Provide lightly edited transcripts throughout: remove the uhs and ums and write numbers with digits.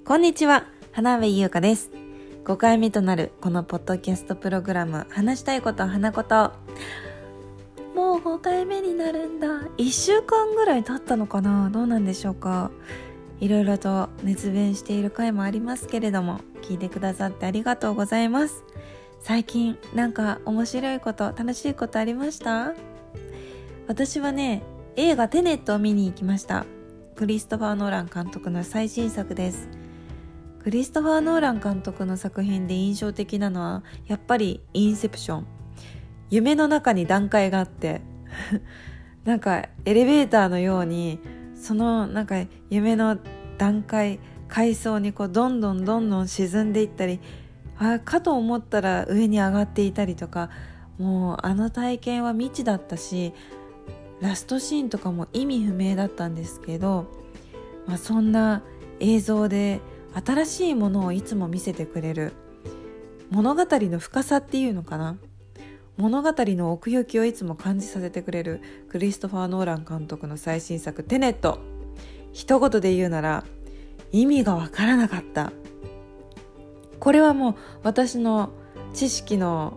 こんにちは、花辺優香です。5回目となるこのポッドキャストプログラム、話したいこと花こと。もう5回目になるんだ。1週間ぐらい経ったのかな、どうなんでしょうか。いろいろと熱弁している回もありますけれども、聞いてくださってありがとうございます。最近なんか面白いこと、楽しいことありました？私はね、映画テネットを見に行きました。クリストファー・ノーラン監督の最新作です。クリストファー・ノーラン監督の作品で印象的なのはやっぱりインセプション。夢の中に段階があってなんかエレベーターのようにそのなんか夢の段階階層にこうどんどん沈んでいったり、かと思ったら上に上がっていたりとか、もうあの体験は未知だったし、ラストシーンとかも意味不明だったんですけど、そんな映像で新しいものをいつも見せてくれる、物語の深さっていうのかな、物語の奥行きをいつも感じさせてくれるクリストファー・ノーラン監督の最新作テネット。一言で言うなら意味がわからなかった。これはもう私の知識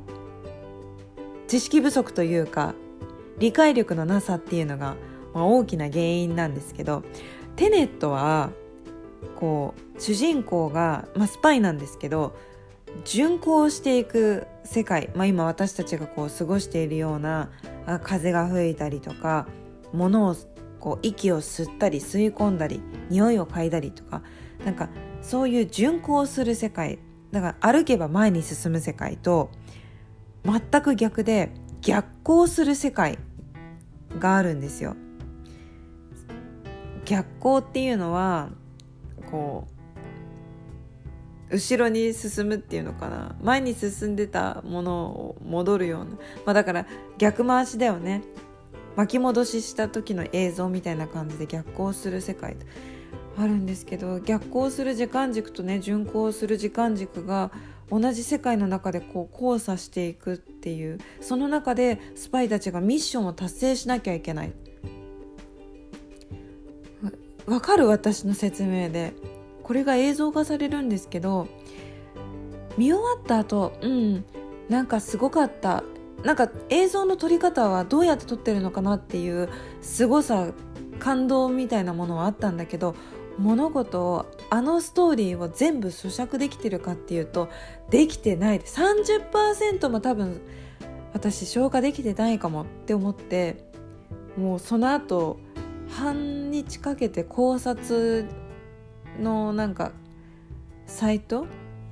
不足というか理解力のなさっていうのが大きな原因なんですけど、テネットはこう主人公が、スパイなんですけど、巡航していく世界、今私たちがこう過ごしているような風が吹いたりとか、物をこう息を吸ったり吸い込んだり匂いを嗅いだりとか、なんかそういう巡航する世界だから、歩けば前に進む世界と全く逆で逆行する世界があるんですよ。逆行っていうのはこう後ろに進むっていうのかな、前に進んでたものを戻るような、だから逆回しだよね。巻き戻しした時の映像みたいな感じで逆行する世界あるんですけど、逆行する時間軸とね、巡行する時間軸が同じ世界の中でこう交差していくっていう、その中でスパイたちがミッションを達成しなきゃいけない。わかる？私の説明でこれが映像化されるんですけど、見終わった後、なんかすごかった、なんか映像の撮り方はどうやって撮ってるのかなっていうすごさ、感動みたいなものはあったんだけど、物事をあのストーリーを全部咀嚼できてるかっていうとできてない。 30% も多分私消化できてないかもって思って、もうその後半日かけて考察のなんかサイト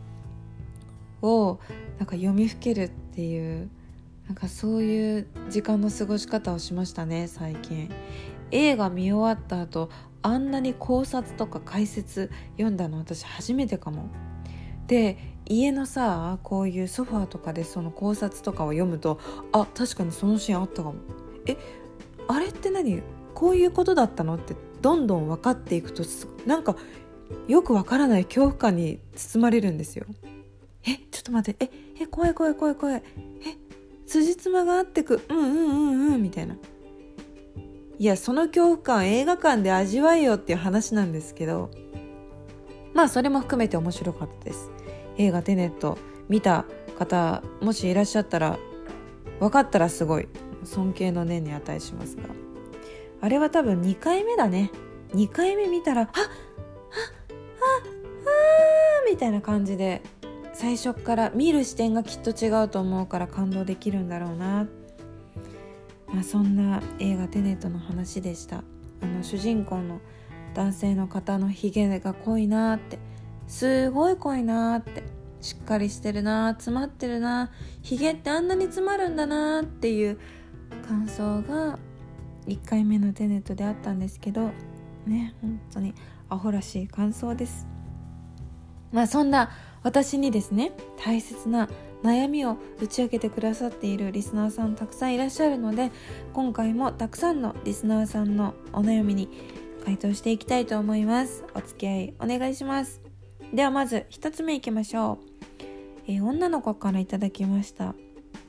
をなんか読みふけるっていう、なんかそういう時間の過ごし方をしましたね最近。映画見終わった後あんなに考察とか解説読んだの私初めてかも。で、家のさ、こういうソファーとかでその考察とかを読むと、確かにそのシーンあったかも、あれって何、こういうことだったのってどんどん分かっていくと、なんかよく分からない恐怖感に包まれるんですよ。ちょっと待って、怖い、辻褄が合ってく、みたいな。いや、その恐怖感映画館で味わえよっていう話なんですけど、それも含めて面白かったです。映画テネット見た方もしいらっしゃったら、分かったらすごい尊敬の念に値しますが、あれは多分2回目だね。2回目見たらみたいな感じで、最初から見る視点がきっと違うと思うから感動できるんだろうな。そんな映画テネットの話でした。主人公の男性の方のヒゲが濃いなって、すごい濃いなって、しっかりしてるな、詰まってるな、ヒゲってあんなに詰まるんだなっていう感想が1回目のテネットであったんですけどね、本当にアホらしい感想です。そんな私にですね、大切な悩みを打ち明けてくださっているリスナーさんたくさんいらっしゃるので、今回もたくさんのリスナーさんのお悩みに回答していきたいと思います。お付き合いお願いします。ではまず一つ目いきましょう。女の子からいただきました。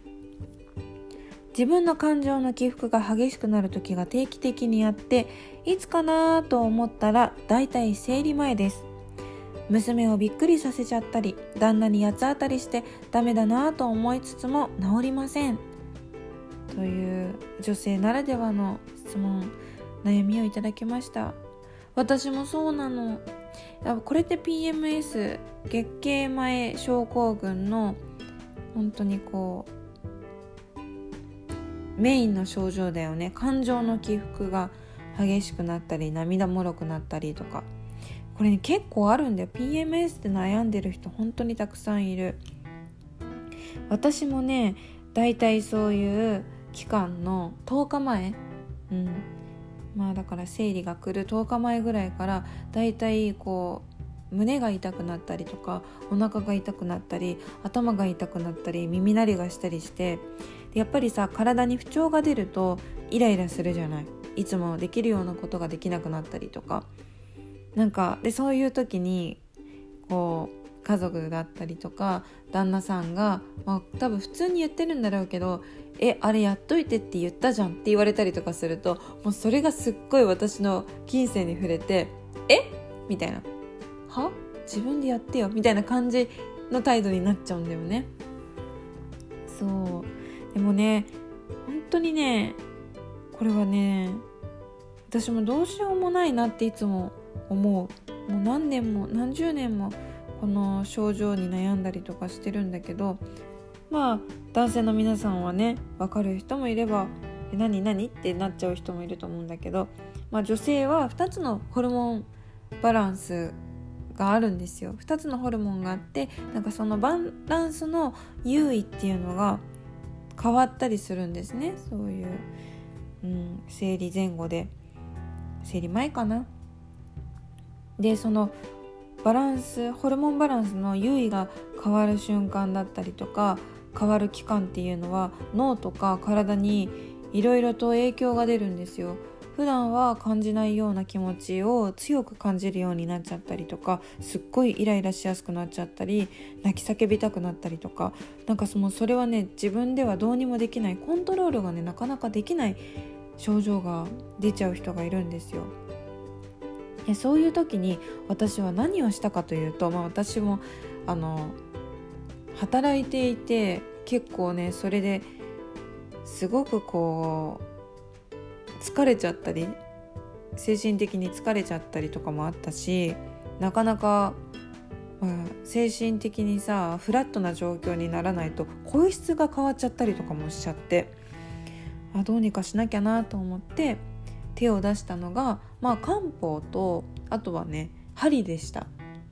自分の感情の起伏が激しくなる時が定期的にあって、いつかなと思ったらだいたい生理前です。 娘をびっくりさせちゃったり、旦那に八つ当たりしてダメだなと思いつつも治りません、という女性ならではの質問、悩みをいただきました。私もそうなの。これって PMS 月経前症候群の本当にこうメインの症状だよね。感情の起伏が激しくなったり、涙もろくなったりとか、これね結構あるんだよ。 PMS で悩んでる人本当にたくさんいる。私もねだいたいそういう期間の10日前、だから生理が来る10日前ぐらいからだいたいこう胸が痛くなったりとか、お腹が痛くなったり、頭が痛くなったり、耳鳴りがしたりして、でやっぱりさ、体に不調が出るとイライラするじゃない。いつもできるようなことができなくなったりとか、でそういう時にこう家族だったりとか旦那さんが、多分普通に言ってるんだろうけど、あれやっといてって言ったじゃんって言われたりとかすると、もうそれがすっごい私の金銭に触れて、みたいな、は自分でやってよみたいな感じの態度になっちゃうんだよね。そうでもね、本当にね、これはね私もどうしようもないなっていつも思う。もう何年も何十年もこの症状に悩んだりとかしてるんだけど、男性の皆さんはね分かる人もいれば、何ってなっちゃう人もいると思うんだけど、女性は2つのホルモンバランスがあるんですよ。2つのホルモンがあって、そのバランスの優位っていうのが変わったりするんですね。そういう、生理前後で、生理前かな。でそのバランス、ホルモンバランスの優位が変わる瞬間だったりとか変わる期間っていうのは脳とか体にいろいろと影響が出るんですよ。普段は感じないような気持ちを強く感じるようになっちゃったりとか、すっごいイライラしやすくなっちゃったり、泣き叫びたくなったりとか、それはね自分ではどうにもできない、コントロールがねなかなかできない症状が出ちゃう人がいるんですよ。そういう時に私は何をしたかというと、私も働いていて結構ねそれですごくこう疲れちゃったり、精神的に疲れちゃったりとかもあったし、なかなか、精神的にさフラットな状況にならないと声質が変わっちゃったりとかもしちゃって、どうにかしなきゃなと思って手を出したのが、漢方とあとはね針でした。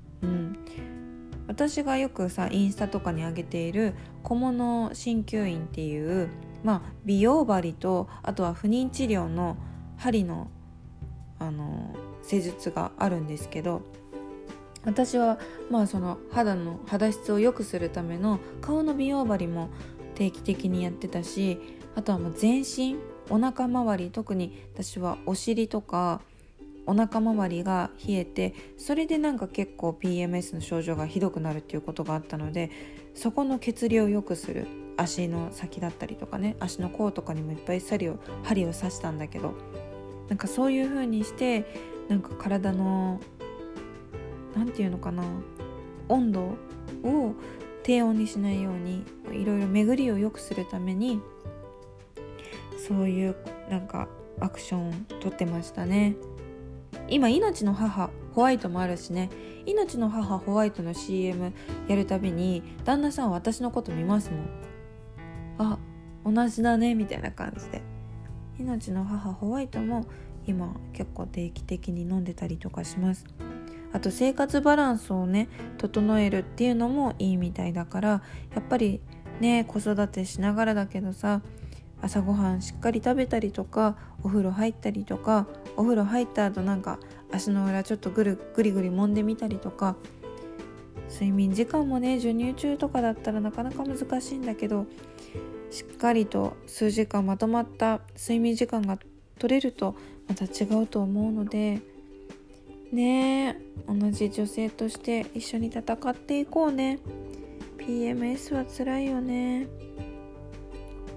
私がよくさインスタとかに上げている小物鍼灸院っていう、美容針とあとは不妊治療の針の、施術があるんですけど、私はその肌質を良くするための顔の美容針も定期的にやってたし、あとは全身、お腹周り、特に私はお尻とかお腹周りが冷えて、それで結構 PMS の症状がひどくなるっていうことがあったので、そこの血流を良くする足の先だったりとかね、足の甲とかにもいっぱい針を刺したんだけど、そういう風にして体のなんていうのかな、温度を低温にしないようにいろいろ巡りを良くするためにそういうアクションを取ってましたね。今命の母ホワイトもあるしね、命の母ホワイトの CM やるたびに旦那さんは私のこと見ますもん。同じだねみたいな感じで、命の母ホワイトも今結構定期的に飲んでたりとかします。あと生活バランスをね整えるっていうのもいいみたいだから、やっぱりね子育てしながらだけどさ、朝ごはんしっかり食べたりとか、お風呂入ったりとか、お風呂入った後足の裏ちょっとぐりぐり揉んでみたりとか、睡眠時間もね授乳中とかだったらなかなか難しいんだけど、しっかりと数時間まとまった睡眠時間が取れるとまた違うと思うのでね、同じ女性として一緒に戦っていこうね。 PMS は辛いよね。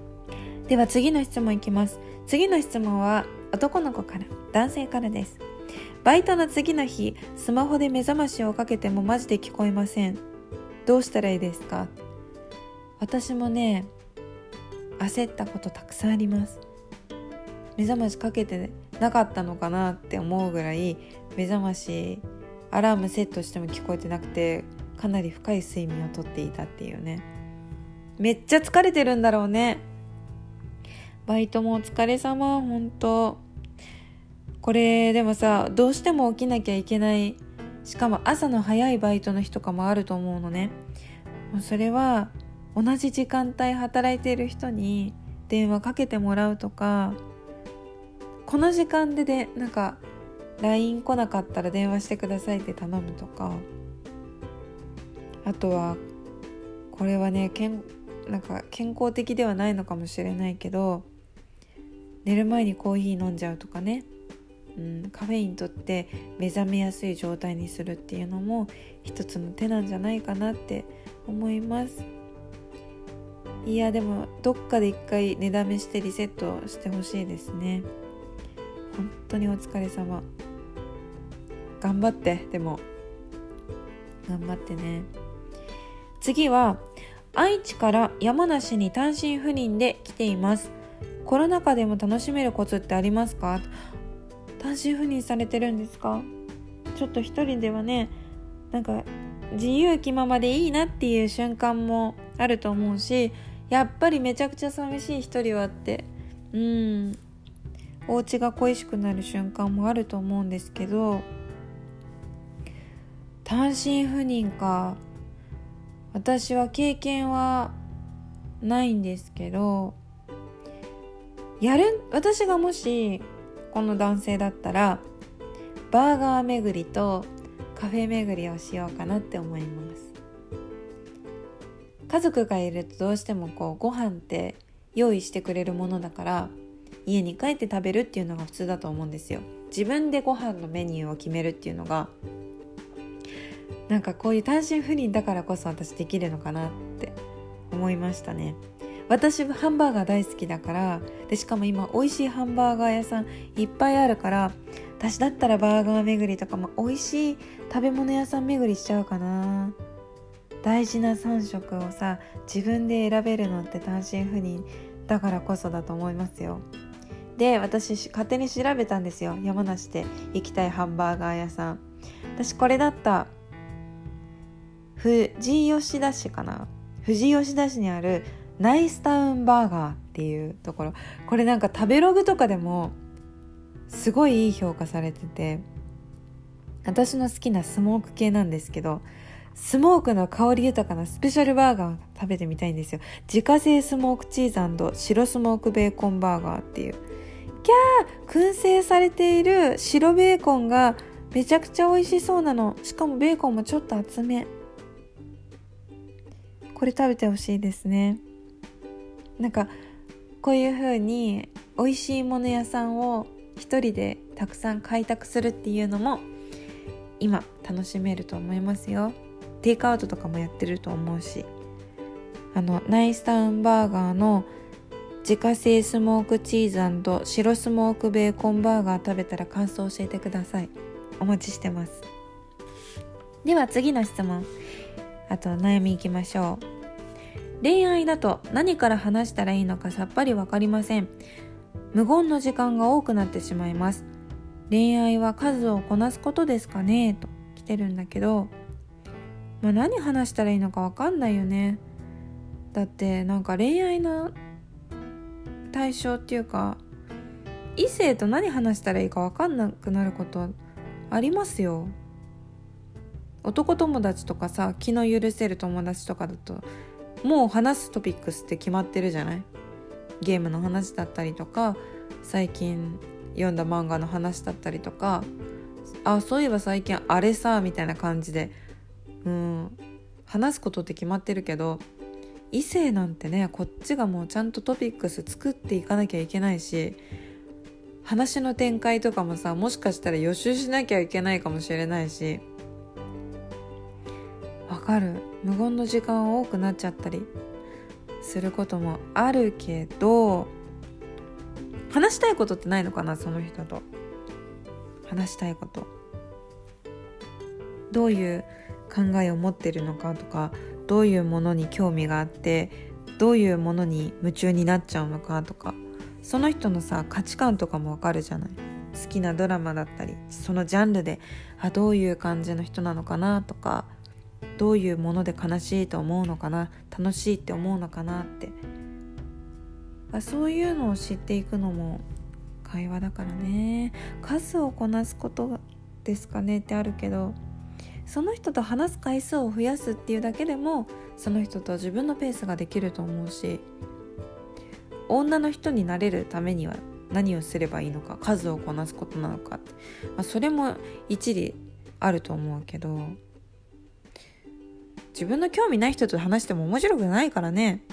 では次の質問いきます。次の質問は男の子から、男性からです。 バイトの次の日、スマホで目覚ましをかけてもマジで聞こえません。どうしたらいいですか？私もね、焦ったことたくさんあります。目覚ましかけてなかったのかなって思うぐらい、目覚ましアラームセットしても聞こえてなくて、かなり深い睡眠をとっていたっていうね。めっちゃ疲れてるんだろうね。バイトもお疲れ様、ほんと。これでもさ、どうしても起きなきゃいけない、しかも朝の早いバイトの日とかもあると思うのね。もうそれは同じ時間帯働いている人に電話かけてもらうとか、この時間でなんか LINE 来なかったら電話してくださいって頼むとか、あとはこれはね、なんか健康的ではないのかもしれないけど、寝る前にコーヒー飲んじゃうとかね、カフェインとって目覚めやすい状態にするっていうのも一つの手なんじゃないかなって思います。いや、でもどっかで一回寝だめしてリセットしてほしいですね。本当にお疲れ様。頑張って。でも頑張ってね。次は、愛知から山梨に単身赴任で来ています。コロナ禍でも楽しめるコツってありますか？単身赴任されてるんですか？ちょっと一人ではね、なんか自由気ままでいいなっていう瞬間もあると思うし、やっぱりめちゃくちゃ寂しい一人はあって、お家が恋しくなる瞬間もあると思うんですけど、単身赴任か。私は経験はないんですけど、私がもしこの男性だったら、バーガー巡りとカフェ巡りをしようかなって思います。家族がいるとどうしてもご飯って用意してくれるものだから、家に帰って食べるっていうのが普通だと思うんですよ。自分でご飯のメニューを決めるっていうのが、なんかこういう単身赴任だからこそ私できるのかなって思いましたね。私ハンバーガー大好きだから、でしかも今美味しいハンバーガー屋さんいっぱいあるから、私だったらバーガー巡りとかも美味しい食べ物屋さん巡りしちゃうかな。大事な3食をさ、自分で選べるのって単身赴任だからこそだと思いますよ。で、私勝手に調べたんですよ。山梨で行きたいハンバーガー屋さん。私これだった。富士吉田市にあるナイスタウンバーガーっていうところ。これなんか食べログとかでもすごいいい評価されてて、私の好きなスモーク系なんですけど、スモークの香り豊かなスペシャルバーガー食べてみたいんですよ。自家製スモークチーズ&白スモークベーコンバーガーっていう、燻製されている白ベーコンがめちゃくちゃ美味しそうなの。しかもベーコンもちょっと厚め。これ食べてほしいですね。なんかこういう風に美味しいもの屋さんを一人でたくさん開拓するっていうのも今楽しめると思いますよ。テイクアウトとかもやってると思うし、ナイスタウンバーガーの自家製スモークチーズ&白スモークベーコンバーガー食べたら感想教えてください。お待ちしてます。では次の質問、あと悩みいきましょう。恋愛だと何から話したらいいのかさっぱりわかりません。無言の時間が多くなってしまいます。恋愛は数をこなすことですかねと来てるんだけど、何話したらいいのかわかんないよね。だってなんか恋愛の対象っていうか、異性と何話したらいいかわかんなくなることありますよ。男友達とかさ、気の許せる友達とかだともう話すトピックスって決まってるじゃない。ゲームの話だったりとか、最近読んだ漫画の話だったりとか、そういえば最近あれさみたいな感じで話すことって決まってるけど、異性なんてね、こっちがもうちゃんとトピックス作っていかなきゃいけないし、話の展開とかもさ、もしかしたら予習しなきゃいけないかもしれないし、わかる。無言の時間多くなっちゃったりすることもあるけど、話したいことってないのかな、その人と。 話したいこと、どういう考えを持ってるのかとか、どういうものに興味があってどういうものに夢中になっちゃうのかとか、その人のさ価値観とかもわかるじゃない。好きなドラマだったりそのジャンルでどういう感じの人なのかなとか、どういうもので悲しいと思うのかな、楽しいって思うのかなって、そういうのを知っていくのも会話だからね。数をこなすことですかねってあるけど、その人と話す回数を増やすっていうだけでもその人と自分のペースができると思うし、女の人になれるためには何をすればいいのか、数をこなすことなのかって、それも一理あると思うけど、自分の興味ない人と話しても面白くないからね。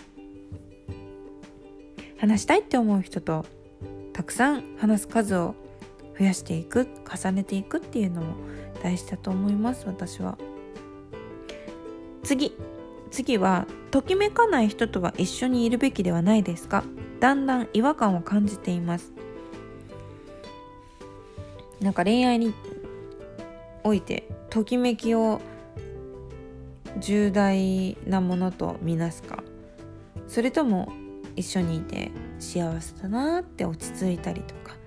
話したいって思う人とたくさん話す数を増やしていく、重ねていくっていうのも大事だと思います、私は。次は、ときめかない人とは一緒にいるべきではないですか？だんだん違和感を感じています。なんか恋愛においてときめきを重大なものとみなすか、それとも一緒にいて幸せだなって落ち着いたりとか、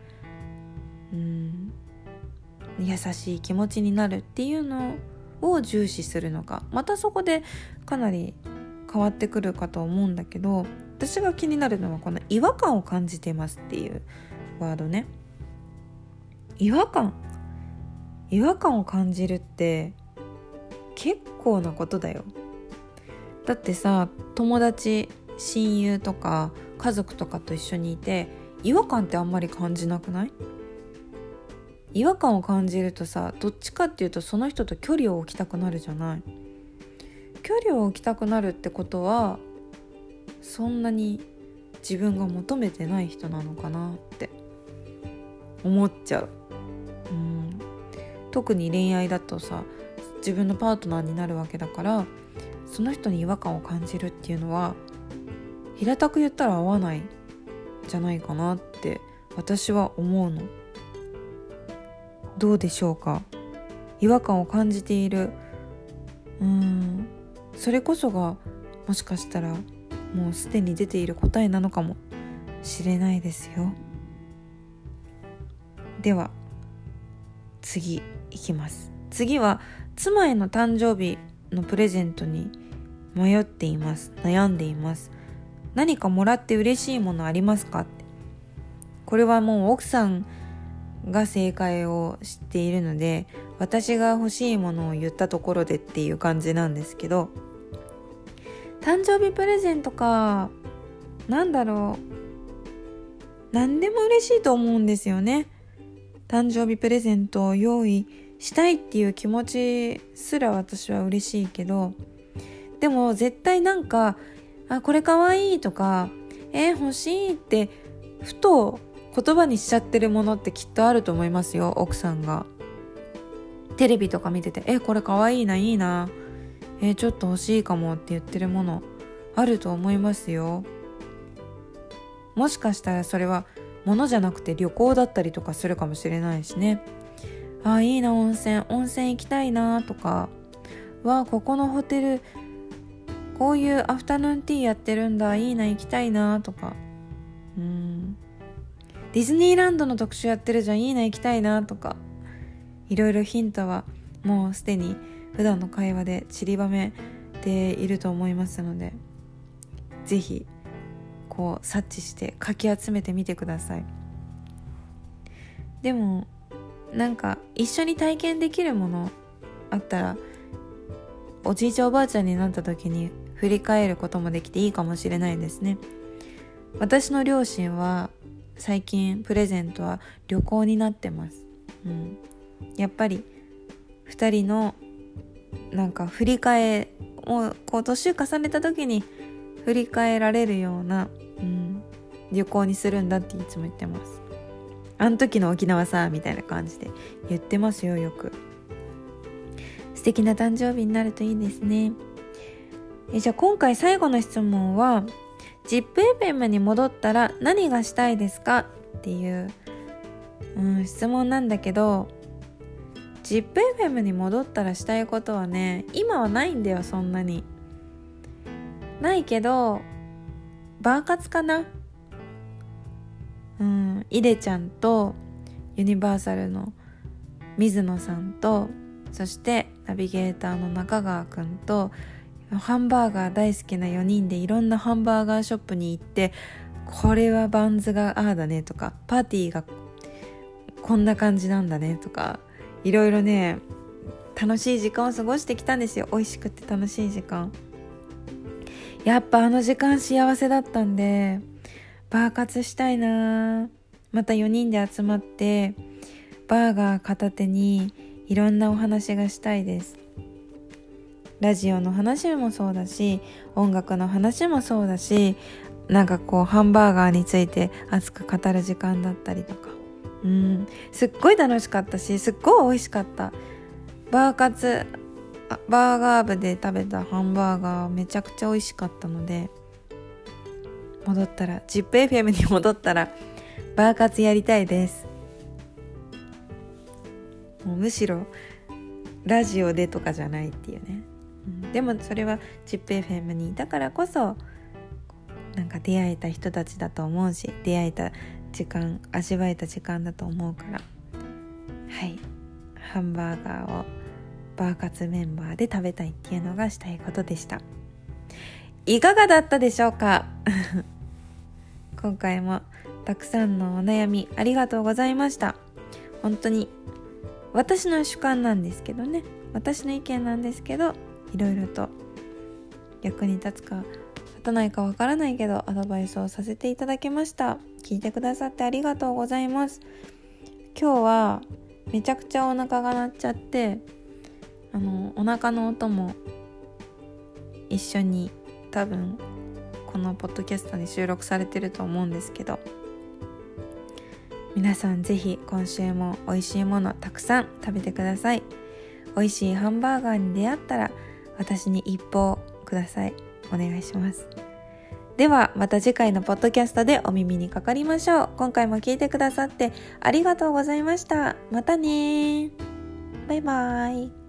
優しい気持ちになるっていうのを重視するのか、またそこでかなり変わってくるかと思うんだけど、私が気になるのはこの違和感を感じてますっていうワードね。違和感を感じるって結構なことだよ。だってさ、友達、親友とか家族とかと一緒にいて違和感ってあんまり感じなくない？違和感を感じるとさ、どっちかっていうとその人と距離を置きたくなるじゃない。距離を置きたくなるってことはそんなに自分が求めてない人なのかなって思っちゃう。特に恋愛だとさ、自分のパートナーになるわけだから、その人に違和感を感じるっていうのは平たく言ったら合わないんじゃないかなって私は思うの。どうでしょうか？違和感を感じている、それこそがもしかしたらもうすでに出ている答えなのかもしれないですよ。では次いきます。次は、妻への誕生日のプレゼントに悩んでいます。何かもらって嬉しいものありますかって。これはもう奥さんが正解を知っているので、私が欲しいものを言ったところでっていう感じなんですけど、誕生日プレゼントか、何でも嬉しいと思うんですよね。誕生日プレゼントを用意したいっていう気持ちすら私は嬉しいけど、でも絶対なんかこれかわいいとか欲しいってふと言葉にしちゃってるものってきっとあると思いますよ。奥さんがテレビとか見ててこれかわいいな、いいな、ちょっと欲しいかもって言ってるものあると思いますよ。もしかしたらそれは物じゃなくて旅行だったりとかするかもしれないしね。いいな、温泉行きたいなとか、ここのホテルこういうアフタヌーンティーやってるんだ、いいな、行きたいなとか、ディズニーランドの特集やってるじゃん、いいな、行きたいなとか、いろいろヒントはもうすでに普段の会話で散りばめていると思いますので、ぜひ察知してかき集めてみてください。でもなんか一緒に体験できるものあったら、おじいちゃんおばあちゃんになった時に振り返ることもできていいかもしれないですね。私の両親は最近プレゼントは旅行になってます。やっぱり2人のなんか振り返を年を重ねた時に振り返られるような、旅行にするんだっていつも言ってます。あの時の沖縄さみたいな感じで言ってますよ、よく。素敵な誕生日になるといいですね。じゃあ今回最後の質問は、ZIPFM に戻ったら何がしたいですかっていう、質問なんだけど、 ZIPFM に戻ったらしたいことはね、今はないんだよ。そんなにないけど、バーカツかな。イデちゃんとユニバーサルの水野さんと、そしてナビゲーターの中川くんと、ハンバーガー大好きな4人でいろんなハンバーガーショップに行って、これはバンズがああだねとか、パーティーがこんな感じなんだねとか、いろいろね、楽しい時間を過ごしてきたんですよ。美味しくて楽しい時間。やっぱあの時間幸せだったんで、バーカツしたいな。また4人で集まってバーガー片手にいろんなお話がしたいです。ラジオの話もそうだし、音楽の話もそうだし、なんかこうハンバーガーについて熱く語る時間だったりとか、すっごい楽しかったし、すっごい美味しかった。バーカツ、バーガー部で食べたハンバーガーめちゃくちゃ美味しかったので、戻ったら ZIPFM に戻ったらバーカツやりたいです。もうむしろラジオでとかじゃないっていうね、でもそれは ZIPFM にいたからこそなんか出会えた人たちだと思うし、出会えた時間、味わえた時間だと思うから、はい、ハンバーガーをバーカツメンバーで食べたいっていうのがしたいことでした。いかがだったでしょうか今回もたくさんのお悩みありがとうございました。本当に私の主観なんですけどね、私の意見なんですけど、いろいろと役に立つか立たないかわからないけどアドバイスをさせていただきました。聞いてくださってありがとうございます。今日はめちゃくちゃお腹が鳴っちゃって、お腹の音も一緒に多分このポッドキャストに収録されてると思うんですけど、皆さんぜひ今週も美味しいものたくさん食べてください。美味しいハンバーガーに出会ったら私に一報ください。お願いします。ではまた次回のポッドキャストでお耳にかかりましょう。今回も聞いてくださってありがとうございました。またね。バイバイ。